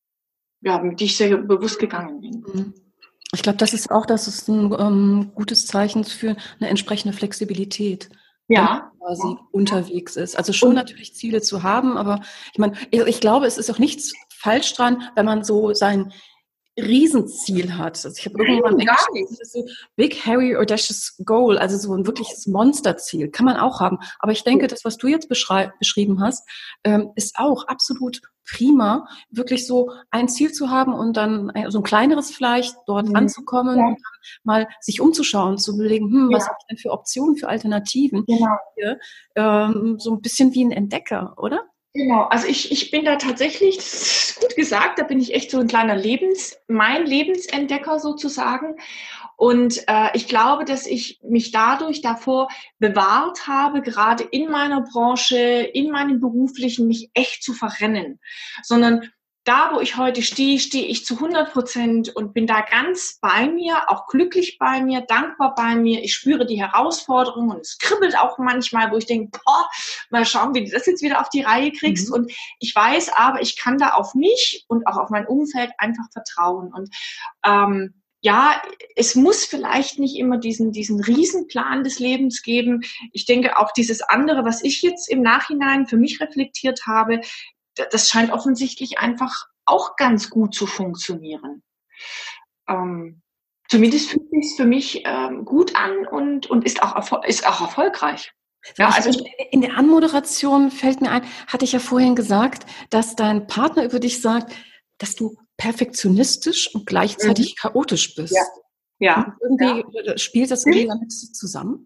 ja, mit die ich sehr bewusst gegangen bin. Mhm. Ich glaube, das ist auch, das ist ein ähm, gutes Zeichen für eine entsprechende Flexibilität, wenn man Ja. quasi Ja. unterwegs ist. Also schon Und natürlich Ziele zu haben, aber ich meine, ich, ich glaube, es ist auch nichts falsch dran, wenn man so sein Riesenziel hat. Also ich habe irgendwann Nein, gar Englisch, das ist so Big, Hairy, Audacious Goal, also so ein wirkliches Monsterziel, kann man auch haben. Aber ich denke, das, was du jetzt beschrei- beschrieben hast, ähm, ist auch absolut prima, wirklich so ein Ziel zu haben und dann ein, so ein kleineres vielleicht dort Mhm. anzukommen Ja. und dann mal sich umzuschauen, zu überlegen, hm, was Ja. habe ich denn für Optionen, für Alternativen? Genau. Hier, ähm, so ein bisschen wie ein Entdecker, oder? Genau, also ich, ich bin da tatsächlich, das ist gut gesagt, da bin ich echt so ein kleiner Lebens, mein Lebensentdecker sozusagen. Und äh, ich glaube, dass ich mich dadurch davor bewahrt habe, gerade in meiner Branche, in meinem Beruflichen, mich echt zu verrennen. Sondern da, wo ich heute stehe, stehe ich zu hundert Prozent und bin da ganz bei mir, auch glücklich bei mir, dankbar bei mir. Ich spüre die Herausforderung und es kribbelt auch manchmal, wo ich denke, boah, mal schauen, wie du das jetzt wieder auf die Reihe kriegst. Mhm. Und ich weiß aber, ich kann da auf mich und auch auf mein Umfeld einfach vertrauen. Und ähm, ja, es muss vielleicht nicht immer diesen, diesen Riesenplan des Lebens geben. Ich denke auch dieses andere, was ich jetzt im Nachhinein für mich reflektiert habe, das scheint offensichtlich einfach auch ganz gut zu funktionieren. Ähm, zumindest fühlt sich es für mich ähm, gut an und, und ist, auch, ist auch erfolgreich. Ja, also in der Anmoderation fällt mir ein, hatte ich ja vorhin gesagt, dass dein Partner über dich sagt, dass du perfektionistisch und gleichzeitig mhm. chaotisch bist. Ja. ja. Und irgendwie ja. spielt das irgendwie damit zusammen?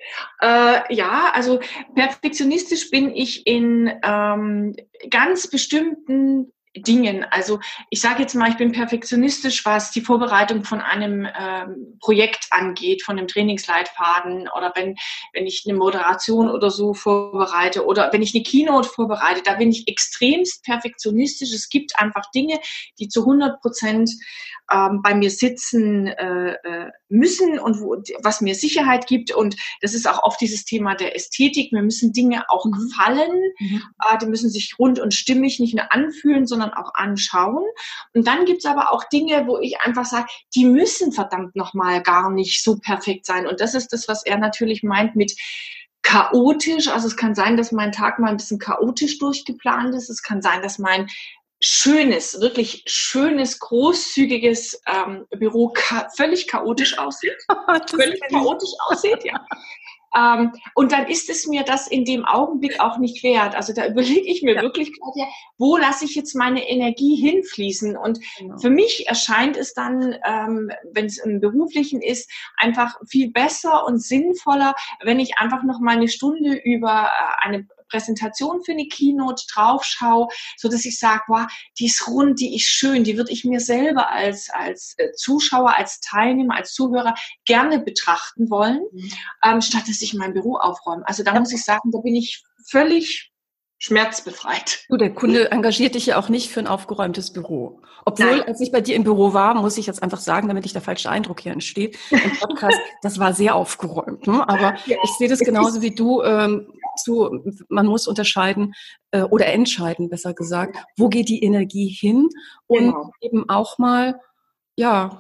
Äh, ja, also perfektionistisch bin ich in ähm, ganz bestimmten Dingen. Also ich sage jetzt mal, ich bin perfektionistisch, was die Vorbereitung von einem ähm, Projekt angeht, von einem Trainingsleitfaden oder wenn, wenn ich eine Moderation oder so vorbereite oder wenn ich eine Keynote vorbereite, da bin ich extremst perfektionistisch. Es gibt einfach Dinge, die zu hundert Prozent ähm, bei mir sitzen äh, müssen und wo, was mir Sicherheit gibt. Und das ist auch oft dieses Thema der Ästhetik. Mir müssen Dinge auch gefallen. Mhm. Äh, die müssen sich rund und stimmig nicht nur anfühlen, sondern auch anschauen. Und dann gibt's aber auch Dinge, wo ich einfach sage, die müssen verdammt nochmal gar nicht so perfekt sein. Und das ist das, was er natürlich meint mit chaotisch. Also es kann sein, dass mein Tag mal ein bisschen chaotisch durchgeplant ist. Es kann sein, dass mein schönes, wirklich schönes, großzügiges ähm, Büro cha- völlig chaotisch aussieht. völlig chaotisch aussieht, ja. Ähm, und dann ist es mir das in dem Augenblick auch nicht wert. Also da überlege ich mir ja. wirklich, Claudia, wo lasse ich jetzt meine Energie hinfließen? Und genau. für mich erscheint es dann, ähm, wenn es im Beruflichen ist, einfach viel besser und sinnvoller, wenn ich einfach noch mal eine Stunde über äh, eine Präsentation für eine Keynote draufschaue, so dass ich sage, wow, die ist rund, die ist schön, die würde ich mir selber als als äh, Zuschauer, als Teilnehmer, als Zuhörer gerne betrachten wollen, mhm. ähm, statt dass ich mein Büro aufräume. Also da ja. muss ich sagen, da bin ich völlig schmerzbefreit. Du, der Kunde engagiert dich ja auch nicht für ein aufgeräumtes Büro. Obwohl, Nein. als ich bei dir im Büro war, muss ich jetzt einfach sagen, damit nicht der falsche Eindruck hier entsteht, im Podcast, das war sehr aufgeräumt. Ne? Aber ja, ich sehe das genauso wie du. Ähm, zu, man muss unterscheiden äh, oder entscheiden, besser gesagt, wo geht die Energie hin und genau. eben auch mal, ja,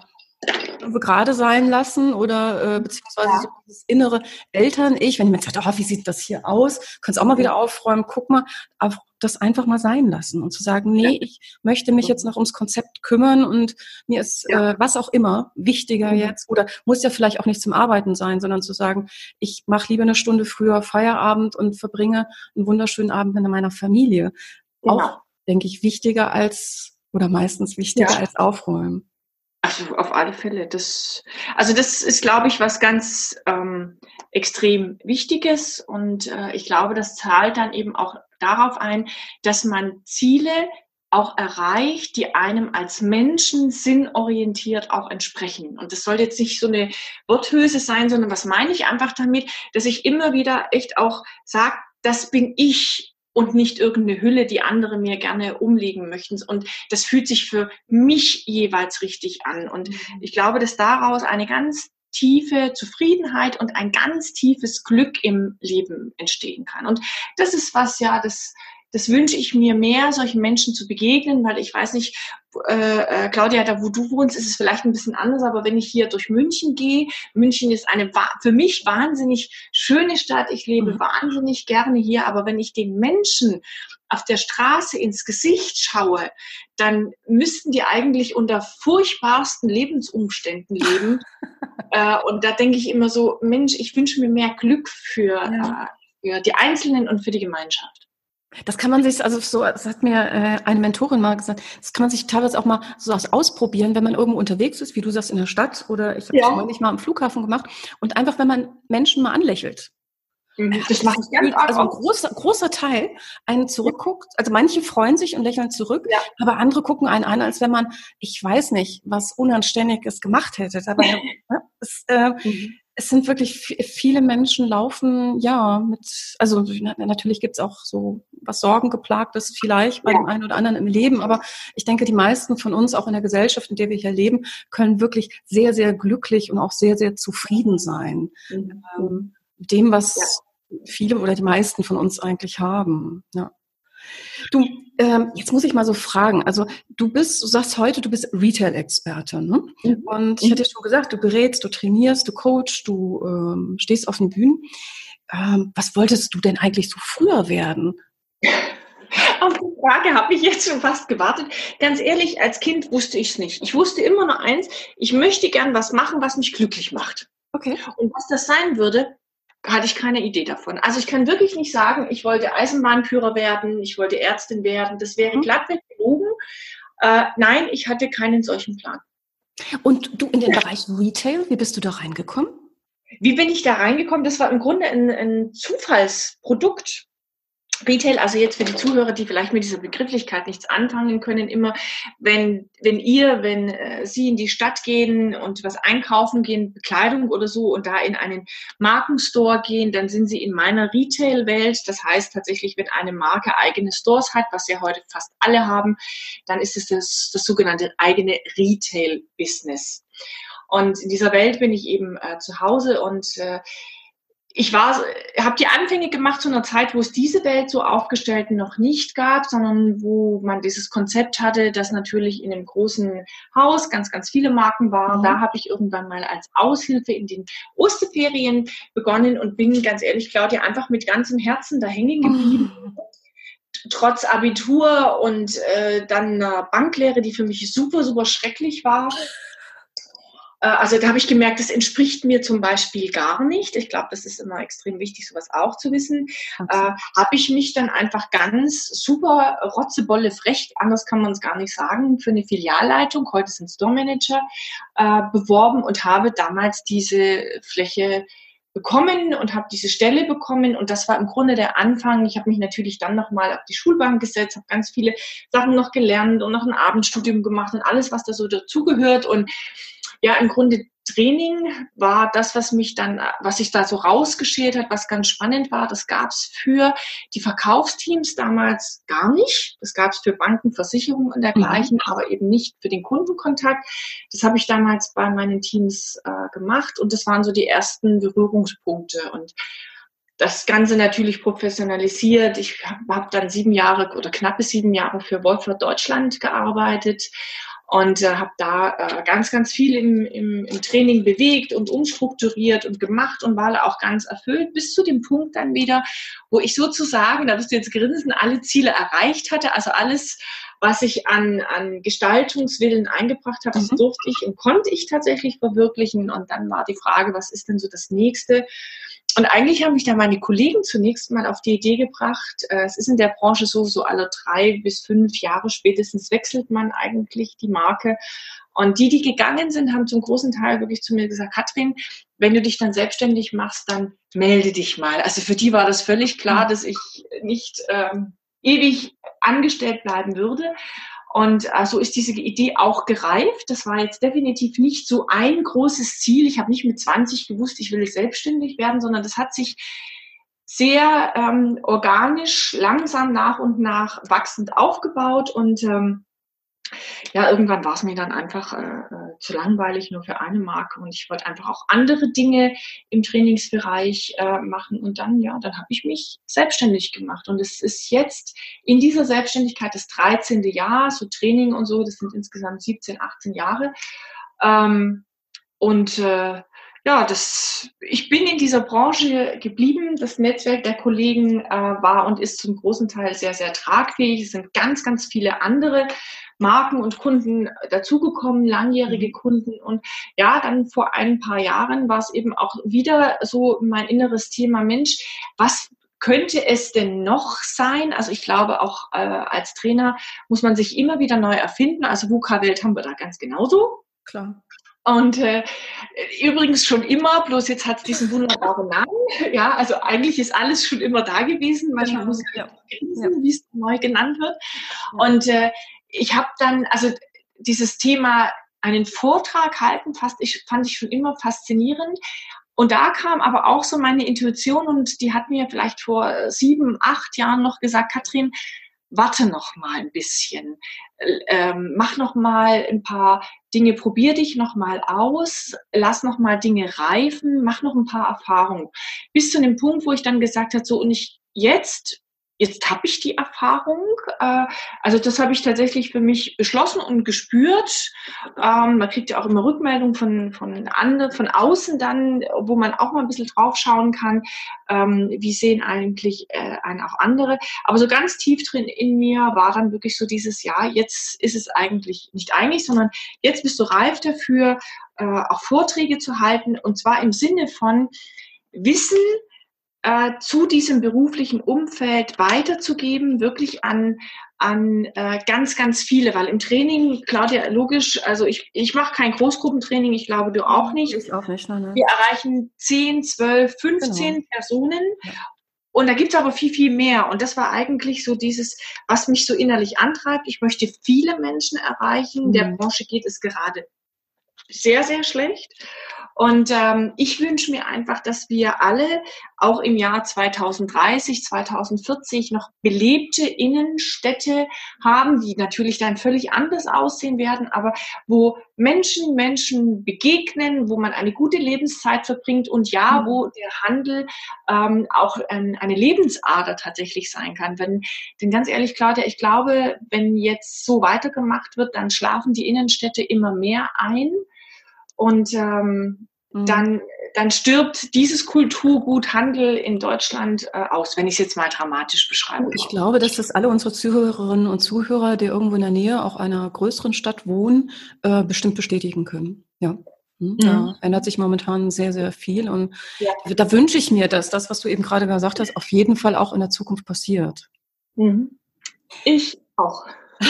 gerade sein lassen oder äh, beziehungsweise ja. so das innere Eltern-Ich, wenn jemand sagt, oh, wie sieht das hier aus? Kannst auch mal wieder aufräumen, guck mal, auf das einfach mal sein lassen und zu sagen, nee, ja. ich möchte mich jetzt noch ums Konzept kümmern und mir ist ja. äh, was auch immer wichtiger mhm. jetzt oder muss ja vielleicht auch nicht zum Arbeiten sein, sondern zu sagen, ich mache lieber eine Stunde früher Feierabend und verbringe einen wunderschönen Abend mit meiner Familie. Genau. Auch, denke ich, wichtiger als oder meistens wichtiger ja. als Aufräumen. Also auf alle Fälle. Das, also das ist, glaube ich, was ganz ähm, extrem Wichtiges und äh, ich glaube, das zahlt dann eben auch darauf ein, dass man Ziele auch erreicht, die einem als Menschen sinnorientiert auch entsprechen. Und das soll jetzt nicht so eine Worthülse sein, sondern was meine ich einfach damit, dass ich immer wieder echt auch sage, das bin ich und nicht irgendeine Hülle, die andere mir gerne umlegen möchten. Und das fühlt sich für mich jeweils richtig an. Und ich glaube, dass daraus eine ganz tiefe Zufriedenheit und ein ganz tiefes Glück im Leben entstehen kann. Und das ist was, ja, das Das wünsche ich mir mehr, solchen Menschen zu begegnen, weil ich weiß nicht, äh, Claudia, da wo du wohnst, ist es vielleicht ein bisschen anders, aber wenn ich hier durch München gehe, München ist eine für mich wahnsinnig schöne Stadt, ich lebe mhm. wahnsinnig gerne hier, aber wenn ich den Menschen auf der Straße ins Gesicht schaue, dann müssten die eigentlich unter furchtbarsten Lebensumständen leben. äh, und da denke ich immer so, Mensch, ich wünsche mir mehr Glück für, ja. äh, für die Einzelnen und für die Gemeinschaft. Das kann man sich, also so, das hat mir äh, eine Mentorin mal gesagt, das kann man sich teilweise auch mal so ausprobieren, wenn man irgendwo unterwegs ist, wie du sagst, in der Stadt, oder ich habe ja. das neulich mal am Flughafen gemacht, und einfach, wenn man Menschen mal anlächelt. Das mache ich ganz Also ein großer, großer Teil einen zurückguckt, also manche freuen sich und lächeln zurück, ja. aber andere gucken einen an, als wenn man, ich weiß nicht, was Unanständiges gemacht hätte. Aber ja, es, äh, mhm. es sind wirklich viele Menschen laufen, ja, mit, also natürlich gibt's auch so was Sorgengeplagtes vielleicht bei ja. dem einen oder anderen im Leben, aber ich denke, die meisten von uns, auch in der Gesellschaft, in der wir hier leben, können wirklich sehr, sehr glücklich und auch sehr, sehr zufrieden sein. Mhm. Ähm, mit dem, was ja. viele oder die meisten von uns eigentlich haben. Ja. Du, ähm, jetzt muss ich mal so fragen, also du bist, du sagst heute, du bist Retail-Experte, ne? Mhm. Und ich hatte ja schon gesagt, du berätst, du trainierst, du coachst, du ähm, stehst auf den Bühnen. Ähm, was wolltest du denn eigentlich so früher werden? Auf die Frage habe ich jetzt schon fast gewartet. Ganz ehrlich, als Kind wusste ich es nicht. Ich wusste immer nur eins, ich möchte gern was machen, was mich glücklich macht. Okay. Und was das sein würde, hatte ich keine Idee davon. Also ich kann wirklich nicht sagen, ich wollte Eisenbahnführer werden, ich wollte Ärztin werden. Das wäre mhm. glattweg gelogen. Äh, nein, ich hatte keinen solchen Plan. Und du in den Bereich Retail, wie bist du da reingekommen? Wie bin ich da reingekommen? Das war im Grunde ein, ein Zufallsprodukt. Retail, also jetzt für die Zuhörer, die vielleicht mit dieser Begrifflichkeit nichts anfangen können, immer, wenn, wenn ihr, wenn äh, Sie in die Stadt gehen und was einkaufen gehen, Bekleidung oder so, und da in einen Markenstore gehen, dann sind Sie in meiner Retail-Welt. Das heißt tatsächlich, wenn eine Marke eigene Stores hat, was ja heute fast alle haben, dann ist es das, das sogenannte eigene Retail-Business. Und in dieser Welt bin ich eben äh, zu Hause und äh, Ich war, habe die Anfänge gemacht zu einer Zeit, wo es diese Welt so aufgestellt noch nicht gab, sondern wo man dieses Konzept hatte, dass natürlich in einem großen Haus ganz, ganz viele Marken waren. Mhm. Da habe ich irgendwann mal als Aushilfe in den Osterferien begonnen und bin, ganz ehrlich, Claudia, einfach mit ganzem Herzen da hängen geblieben. Mhm. Trotz Abitur und äh, dann einer Banklehre, die für mich super, super schrecklich war. Also da habe ich gemerkt, das entspricht mir zum Beispiel gar nicht. Ich glaube, das ist immer extrem wichtig, sowas auch zu wissen. Äh, habe ich mich dann einfach ganz super rotzebolle frech, anders kann man es gar nicht sagen, für eine Filialleitung, heute sind Store Manager, äh, beworben und habe damals diese Fläche bekommen und habe diese Stelle bekommen, und das war im Grunde der Anfang. Ich habe mich natürlich dann nochmal auf die Schulbank gesetzt, habe ganz viele Sachen noch gelernt und noch ein Abendstudium gemacht und alles, was da so dazugehört. Und ja, im Grunde Training war das, was mich dann, was sich da so rausgeschält hat, was ganz spannend war. Das gab es für die Verkaufsteams damals gar nicht. Das gab es für Banken, Versicherungen und dergleichen, mhm. aber eben nicht für den Kundenkontakt. Das habe ich damals bei meinen Teams äh, gemacht, und das waren so die ersten Berührungspunkte. Und das Ganze natürlich professionalisiert. Ich habe hab dann sieben Jahre oder knappe sieben Jahre für Wolfert Deutschland gearbeitet. Und äh, habe da äh, ganz, ganz viel im, im, im Training bewegt und umstrukturiert und gemacht und war da auch ganz erfüllt, bis zu dem Punkt dann wieder, wo ich sozusagen, da wirst du jetzt grinsen, alle Ziele erreicht hatte. Also alles, was ich an, an Gestaltungswillen eingebracht habe, das durfte ich und konnte ich tatsächlich verwirklichen. Und dann war die Frage, was ist denn so das Nächste? Und eigentlich haben mich da meine Kollegen zunächst mal auf die Idee gebracht, äh, es ist in der Branche so, so alle drei bis fünf Jahre spätestens wechselt man eigentlich die Marke. Und die, die gegangen sind, haben zum großen Teil wirklich zu mir gesagt, Katrin, wenn du dich dann selbstständig machst, dann melde dich mal. Also für die war das völlig klar, dass ich nicht ähm, ewig angestellt bleiben würde. Und äh, so ist diese Idee auch gereift. Das war jetzt definitiv nicht so ein großes Ziel. Ich habe nicht mit zwanzig gewusst, ich will selbstständig werden, sondern das hat sich sehr ähm, organisch, langsam nach und nach wachsend aufgebaut. Und ähm, ja, irgendwann war es mir dann einfach äh, zu langweilig, nur für eine Marke. Und ich wollte einfach auch andere Dinge im Trainingsbereich äh, machen. Und dann, ja, dann habe ich mich selbstständig gemacht. Und es ist jetzt in dieser Selbstständigkeit das dreizehnte Jahr, so Training und so, das sind insgesamt siebzehn, achtzehn Jahre. Ähm, und äh, ja, das, ich bin in dieser Branche geblieben. Das Netzwerk der Kollegen äh, war und ist zum großen Teil sehr, sehr tragfähig. Es sind ganz, ganz viele andere Marken und Kunden dazugekommen, langjährige Kunden. Und ja, dann vor ein paar Jahren war es eben auch wieder so mein inneres Thema, Mensch, was könnte es denn noch sein? Also ich glaube, auch äh, als Trainer muss man sich immer wieder neu erfinden. Also V U C A-Welt haben wir da ganz genauso. Klar. Und äh, übrigens schon immer, bloß jetzt hat es diesen wunderbaren Namen. Ja, also eigentlich ist alles schon immer da gewesen. Manchmal genau. muss ich ja. wissen, ja. wie es neu genannt wird. Ja. Und äh, ich habe dann, also dieses Thema, einen Vortrag halten, fast, ich, fand ich schon immer faszinierend. Und da kam aber auch so meine Intuition und die hat mir vielleicht vor sieben, acht Jahren noch gesagt, Katrin, warte noch mal ein bisschen, ähm, mach noch mal ein paar Dinge, probier dich noch mal aus, lass noch mal Dinge reifen, mach noch ein paar Erfahrungen. Bis zu dem Punkt, wo ich dann gesagt habe, so und ich jetzt, jetzt habe ich die Erfahrung. Äh, also das habe ich tatsächlich für mich beschlossen und gespürt. Ähm, man kriegt ja auch immer Rückmeldungen von von anderen, von außen dann, wo man auch mal ein bisschen drauf schauen kann, ähm, wie sehen eigentlich äh, einen auch andere. Aber so ganz tief drin in mir war dann wirklich so dieses, ja, jetzt ist es eigentlich, nicht eigentlich, sondern jetzt bist du reif dafür, äh, auch Vorträge zu halten und zwar im Sinne von Wissen äh, zu diesem beruflichen Umfeld weiterzugeben, wirklich an an äh, ganz, ganz viele, weil im Training, Claudia, logisch, also ich, ich mache kein Großgruppentraining, ich glaube, du auch nicht. Ich auch nicht, nein, nein. Wir erreichen zehn, zwölf, fünfzehn genau. Personen. Ja. Und da gibt's aber viel, viel mehr. Und das war eigentlich so dieses, was mich so innerlich antreibt. Ich möchte viele Menschen erreichen. Mhm. Der Branche geht es gerade sehr, sehr schlecht. Und ähm, ich wünsche mir einfach, dass wir alle auch im Jahr zweitausenddreißig, zweitausendvierzig noch belebte Innenstädte haben, die natürlich dann völlig anders aussehen werden, aber wo Menschen Menschen begegnen, wo man eine gute Lebenszeit verbringt und ja, wo der Handel ähm, auch ein, eine Lebensader tatsächlich sein kann. Wenn, denn ganz ehrlich, Claudia, ich glaube, wenn jetzt so weitergemacht wird, dann schlafen die Innenstädte immer mehr ein. Und ähm, mhm. dann, dann stirbt dieses Kulturgut Handel in Deutschland äh, aus, wenn ich es jetzt mal dramatisch beschreibe. Ich glaube, dass das alle unsere Zuhörerinnen und Zuhörer, die irgendwo in der Nähe auch einer größeren Stadt wohnen, äh, bestimmt bestätigen können. Ja. Mhm. Da ändert sich momentan sehr, sehr viel. Und ja. da wünsche ich mir, dass das, was du eben gerade gesagt hast, auf jeden Fall auch in der Zukunft passiert. Mhm. Ich auch.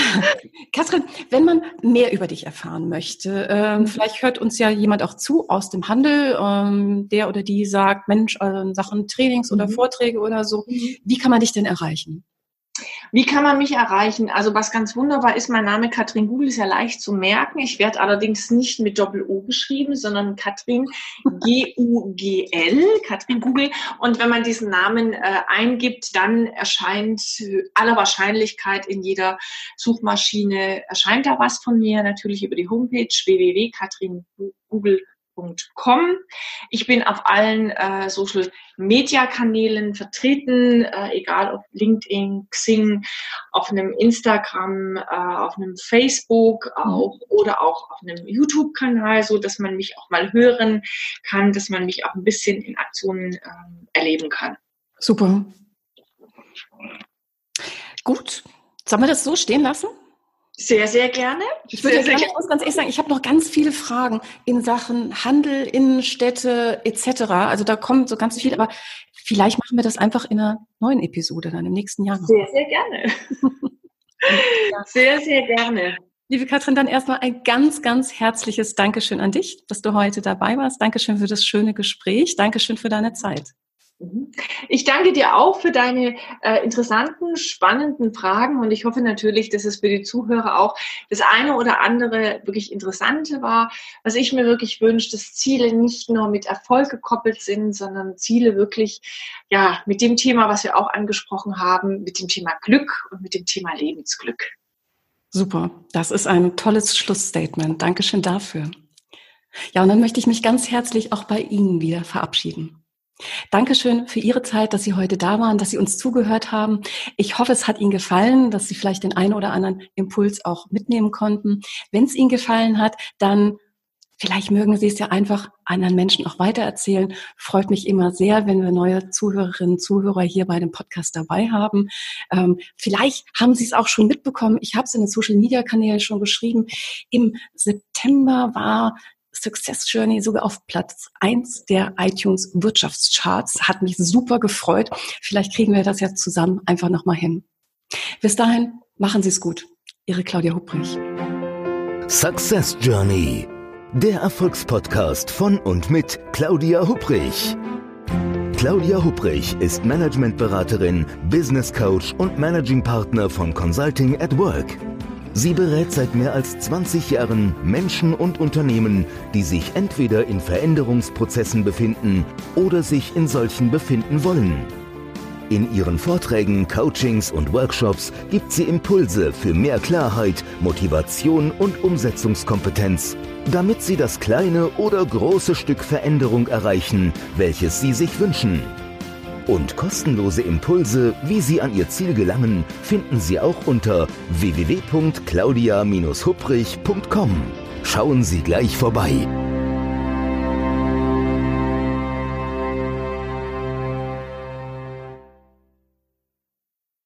Katrin, wenn man mehr über dich erfahren möchte, ähm, mhm. vielleicht hört uns ja jemand auch zu aus dem Handel, ähm, der oder die sagt, Mensch, äh, in Sachen Trainings mhm. oder Vorträge oder so, mhm. wie kann man dich denn erreichen? Wie kann man mich erreichen? Also was ganz wunderbar ist, mein Name Katrin Gugel ist ja leicht zu merken. Ich werde allerdings nicht mit Doppel-O geschrieben, sondern Katrin G U G L, Katrin Gugel. Und wenn man diesen Namen äh, eingibt, dann erscheint aller Wahrscheinlichkeit in jeder Suchmaschine, erscheint da was von mir, natürlich über die Homepage w w w punkt katrin gugel punkt com. Ich bin auf allen äh, Social-Media-Kanälen vertreten, äh, egal ob LinkedIn, Xing, auf einem Instagram, äh, auf einem Facebook auch, oder auch auf einem YouTube-Kanal, so dass man mich auch mal hören kann, dass man mich auch ein bisschen in Aktionen äh, erleben kann. Super. Gut. Sollen wir das so stehen lassen? Sehr, sehr gerne. Ich würde sehr, gerne, sehr ich muss ganz ehrlich sagen, ich habe noch ganz viele Fragen in Sachen Handel, Innenstädte et cetera. Also da kommt so ganz viel, aber vielleicht machen wir das einfach in einer neuen Episode dann im nächsten Jahr. Sehr, sehr gerne. Sehr, sehr gerne. Liebe Katrin, dann erstmal ein ganz, ganz herzliches Dankeschön an dich, dass du heute dabei warst. Dankeschön für das schöne Gespräch. Dankeschön für deine Zeit. Ich danke dir auch für deine äh, interessanten, spannenden Fragen und ich hoffe natürlich, dass es für die Zuhörer auch das eine oder andere wirklich Interessante war. Was ich mir wirklich wünsche, dass Ziele nicht nur mit Erfolg gekoppelt sind, sondern Ziele wirklich ja mit dem Thema, was wir auch angesprochen haben, mit dem Thema Glück und mit dem Thema Lebensglück. Super, das ist ein tolles Schlussstatement. Dankeschön dafür. Ja, und dann möchte ich mich ganz herzlich auch bei Ihnen wieder verabschieden. Dankeschön für Ihre Zeit, dass Sie heute da waren, dass Sie uns zugehört haben. Ich hoffe, es hat Ihnen gefallen, dass Sie vielleicht den einen oder anderen Impuls auch mitnehmen konnten. Wenn es Ihnen gefallen hat, dann vielleicht mögen Sie es ja einfach anderen Menschen auch weitererzählen. Freut mich immer sehr, wenn wir neue Zuhörerinnen und Zuhörer hier bei dem Podcast dabei haben. Ähm, vielleicht haben Sie es auch schon mitbekommen. Ich habe es in den Social-Media-Kanälen schon geschrieben. Im September war Success Journey sogar auf Platz eins der iTunes Wirtschaftscharts. Hat mich super gefreut. Vielleicht kriegen wir das ja zusammen einfach nochmal hin. Bis dahin, machen Sie es gut. Ihre Claudia Hupprich. Success Journey, der Erfolgspodcast von und mit Claudia Hupprich. Claudia Hupprich ist Managementberaterin, Business Coach und Managing Partner von Consulting at Work. Sie berät seit mehr als zwanzig Jahren Menschen und Unternehmen, die sich entweder in Veränderungsprozessen befinden oder sich in solchen befinden wollen. In ihren Vorträgen, Coachings und Workshops gibt sie Impulse für mehr Klarheit, Motivation und Umsetzungskompetenz, damit sie das kleine oder große Stück Veränderung erreichen, welches sie sich wünschen. Und kostenlose Impulse, wie Sie an Ihr Ziel gelangen, finden Sie auch unter w w w punkt claudia Bindestrich hupprich punkt com. Schauen Sie gleich vorbei.